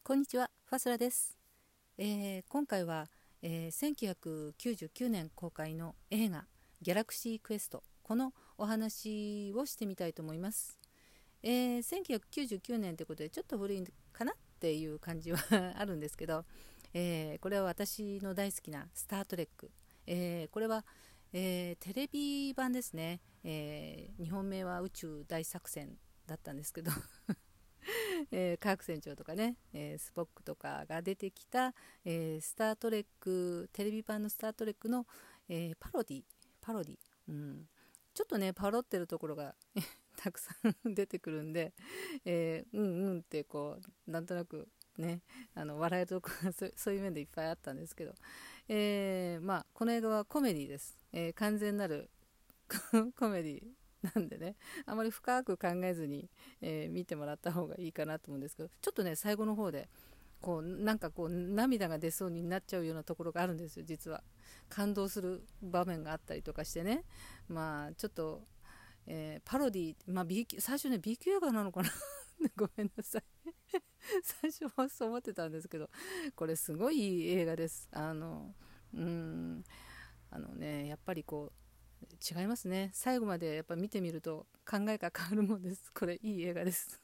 こんにちは、ファスラです。今回は、1999年公開の映画ギャラクシークエスト、このお話をしてみたいと思います。1999年ということでちょっと古いかなっていう感じはあるんですけど、これは私の大好きなスタートレック、これは、テレビ版ですね。日本名は宇宙大作戦だったんですけどカーク船長とかね、スポックとかが出てきた、スタートレックテレビ版のスタートレックの、パロディ、うん、ちょっとねパロってるところがたくさん出てくるんで、うんうんってこうなんとなくね笑えるところがそういう面でいっぱいあったんですけど、この映画はコメディです。完全なるコメディなんでね、あまり深く考えずに、見てもらった方がいいかなと思うんですけど、ちょっとね最後の方でこう涙が出そうになっちゃうようなところがあるんですよ。実は感動する場面があったりとかしてね、ちょっと、パロディ、最初ね B 級映画なのかなごめんなさい最初はそう思ってたんですけど、これすごいいい映画です。うーんやっぱりこう違いますね。最後までやっぱ見てみると考えが変わるもんです。これいい映画です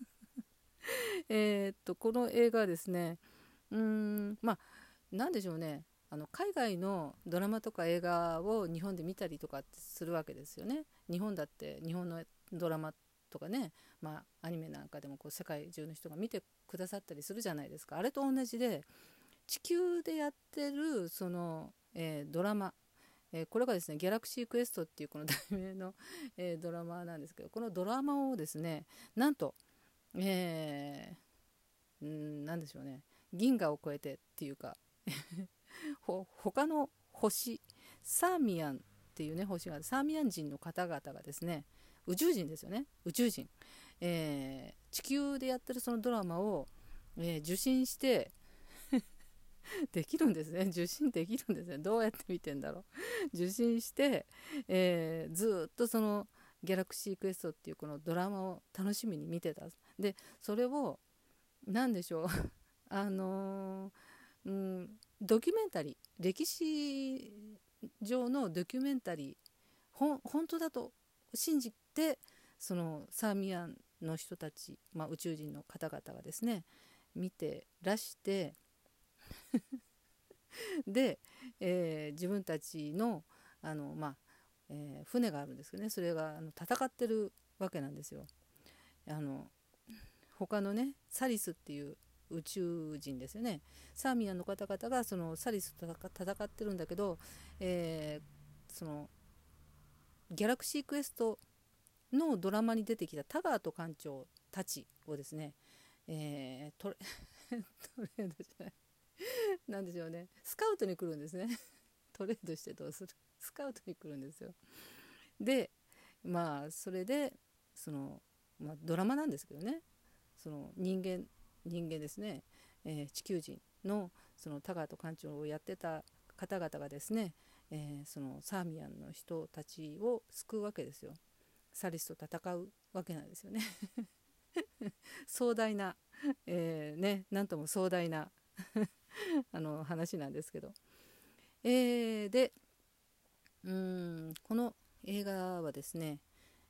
この映画はですね、なんでしょうね、海外のドラマとか映画を日本で見たりとかするわけですよね。日本だって日本のドラマとかね、アニメなんかでもこう世界中の人が見てくださったりするじゃないですか。あれと同じで地球でやってるその、ドラマ、これがですねギャラクシークエストっていうこの題名の、ドラマなんですけど、このドラマをですねなんと、なんでしょうね、銀河を超えてっていうか他の星、サーミアンっていうね星がある、サーミアン人の方々がですね、宇宙人ですよね、宇宙人、地球でやってるそのドラマを、受信してできるんですね。受信できるんですね。どうやって見てんだろう受信して、ずっとそのギャラクシークエストっていうこのドラマを楽しみに見てた。でそれを何でしょうあのドキュメンタリー、歴史上のドキュメンタリー、本当だと信じて、そのサーミアンの人たち、宇宙人の方々がですね見てらしてで、自分たちの船があるんですけどね、それが戦ってるわけなんですよ。あの他のねサリスっていう宇宙人ですよね、サーミアンの方々がそのサリスと戦ってるんだけど、そのギャラクシークエストのドラマに出てきたタガート艦長たちをですね、トレトレードじゃない、なんでしょうね、スカウトに来るんですねトレードしてどうする、スカウトに来るんですよ。でそれでその、ドラマなんですけどね、その人間ですね、地球人のそのタガーと艦長をやってた方々がですね、そのサーミアンの人たちを救うわけですよ。サリスと戦うわけなんですよね壮大な、なんとも壮大な話なんですけど、でこの映画はですね、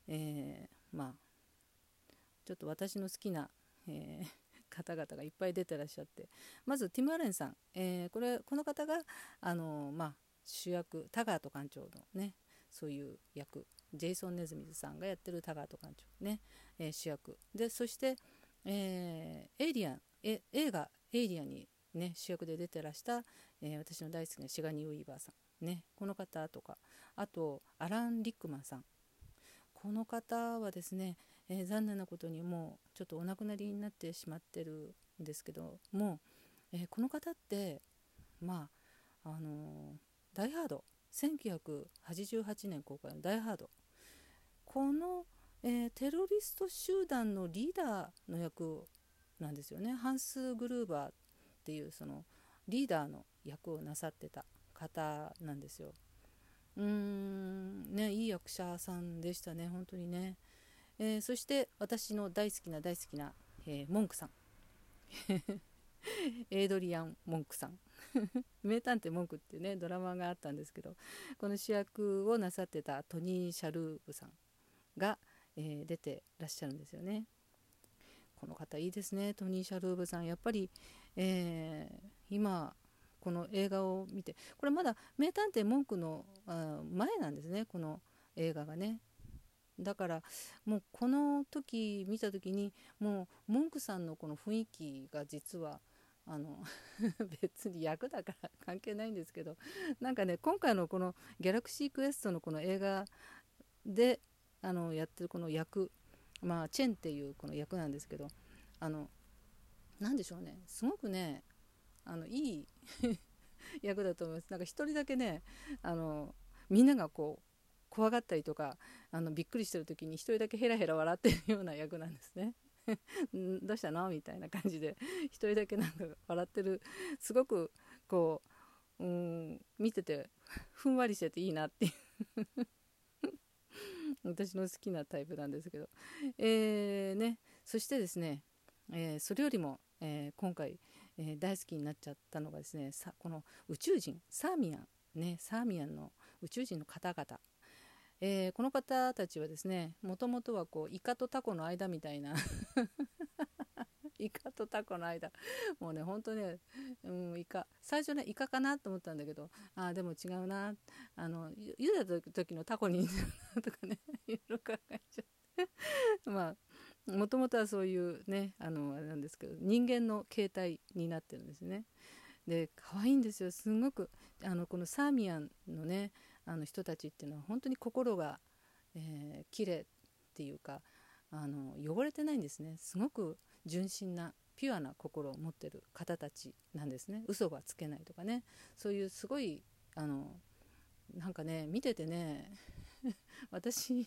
ちょっと私の好きな、方々がいっぱい出てらっしゃって、まずティム・アレンさん、この方が主役タガート艦長のね、そういう役、ジェイソン・ネズミズさんがやってるタガート艦長ね、主役で、そして、エイリアン、映画エイリアンにね主役で出てらした、私の大好きなシガニー・ウィーバーさんね、この方とか、あとアラン・リックマンさん、この方はですね、残念なことにもうちょっとお亡くなりになってしまってるんですけども、この方ってダイハード、1988年公開のダイハード、この、テロリスト集団のリーダーの役なんですよね。ハンス・グルーバーっていうそのリーダーの役をなさってた方なんですよ。いい役者さんでしたね、本当にね。そして私の大好きな大好きな、モンクさんエイドリアン・モンクさん名探偵モンクっていうねドラマがあったんですけど、この主役をなさってたトニー・シャルーブさんが、出てらっしゃるんですよね。この方いいですね、トニー・シャルーブさん。やっぱり、今この映画を見て、これまだ名探偵モンクの前なんですね、この映画がね。だからもうこの時見た時にもうモンクさんのこの雰囲気が実はあの別に役だから関係ないんですけど、なんかね今回のこのギャラクシークエストのこの映画でやってるこの役、まあチェンっていうこの役なんですけど、あのなんでしょうね、すごくねいい役だと思います。なんか一人だけねみんながこう怖がったりとかびっくりしてる時に一人だけヘラヘラ笑ってるような役なんですねどうしたのみたいな感じで一人だけなんか笑ってる、すごくこう見ててふんわりしてていいなっていう私の好きなタイプなんですけど、ね、そしてですね、それよりも、今回、大好きになっちゃったのがですね、この宇宙人サーミアンね、サーミアンの宇宙人の方々、この方たちはですね、もともとはこうイカとタコの間みたいなイカとタコの間、もうね本当ね、イカ最初ねイカかなと思ったんだけど、でも違うな、茹でた時のタコに似てるなとかねいろいろ考えちゃってまあもともとはそういうねあれなんですけど、人間の形態になってるんですね。で可愛いんですよ、すごくこのサーミアンのね人たちっていうのは本当に心が、綺麗っていうか汚れてないんですね。すごく純真なピュアな心を持ってる方たちなんですね。嘘がつけないとかね、そういうすごいなんかね見ててね私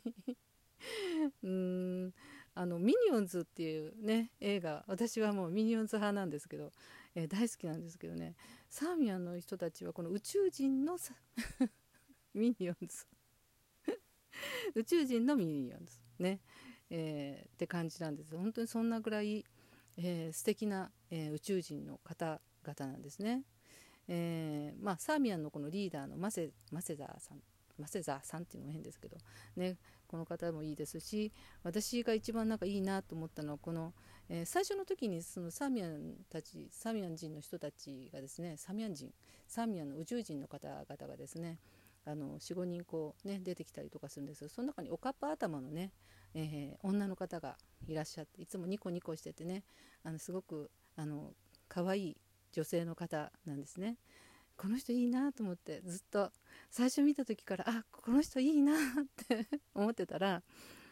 ミニオンズっていうね映画、私はもうミニオンズ派なんですけど、大好きなんですけどね、サーミアンの人たちはこの宇宙人のミニオンズ宇宙人のミニオンズね、って感じなんです。本当にそんなぐらい、素敵な、宇宙人の方々なんですね。サーミアンのこのリーダーのマセザーさん、マセザーさんっていうのも変ですけどね、この方もいいですし、私が一番なんかいいなと思ったのはこの、最初の時にそのサーミアン人の人たちがですね、サーミアンの宇宙人の方々がですね45人こうね出てきたりとかするんですけど、その中におかっぱ頭のね、女の方がいらっしゃって、いつもニコニコしててねすごく可愛い女性の方なんですね。この人いいなと思ってずっと最初見た時からこの人いいなって思ってたら、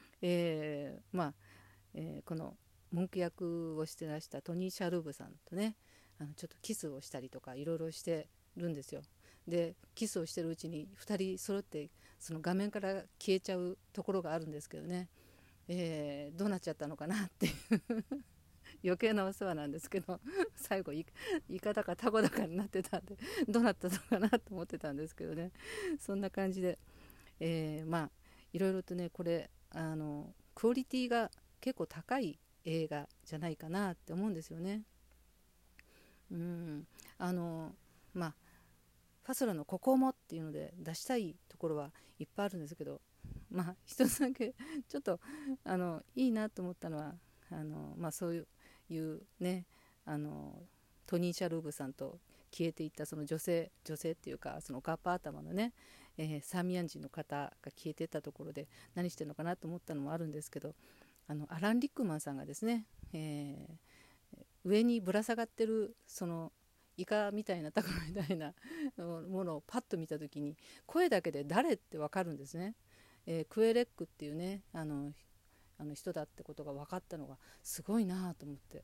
この文句役をしてらしたトニー・シャルーブさんとねちょっとキスをしたりとかいろいろしてるんですよ。でキスをしてるうちに2人揃ってその画面から消えちゃうところがあるんですけどね、どうなっちゃったのかなっていう余計なお世話なんですけど最後イカだかタコだかになってたんでどうなったのかなと思ってたんですけどね、そんな感じで、いろいろとねこれクオリティが結構高い映画じゃないかなって思うんですよね。あのまあファソラのここもっていうので出したいところはいっぱいあるんですけど、一つだけちょっといいなと思ったのはそういうねトニー・シャルーブさんと消えていったその女性っていうかそのおかっぱ頭のね、サーミアン人の方が消えていったところで何してるのかなと思ったのもあるんですけど、アラン・リックマンさんがですね、上にぶら下がってるそのイカみたいなタコみたいなものをパッと見た時に声だけで誰って分かるんですね。クエレックっていうね人だってことが分かったのがすごいなと思って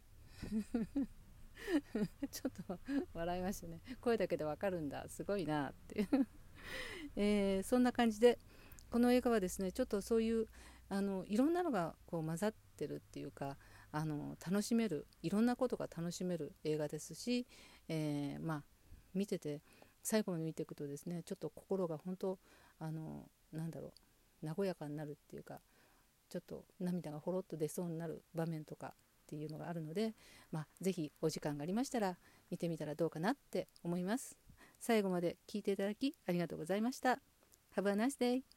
ちょっと笑いましたね。声だけで分かるんだすごいなっていう、そんな感じでこの映画はですねちょっとそういういろんなのがこう混ざってるっていうか楽しめる、いろんなことが楽しめる映画ですし、見てて最後まで見ていくとですねちょっと心が本当なんだろう和やかになるっていうか、ちょっと涙がほろっと出そうになる場面とかっていうのがあるので、ぜひお時間がありましたら見てみたらどうかなって思います。最後まで聞いていただきありがとうございました。Have a nice day!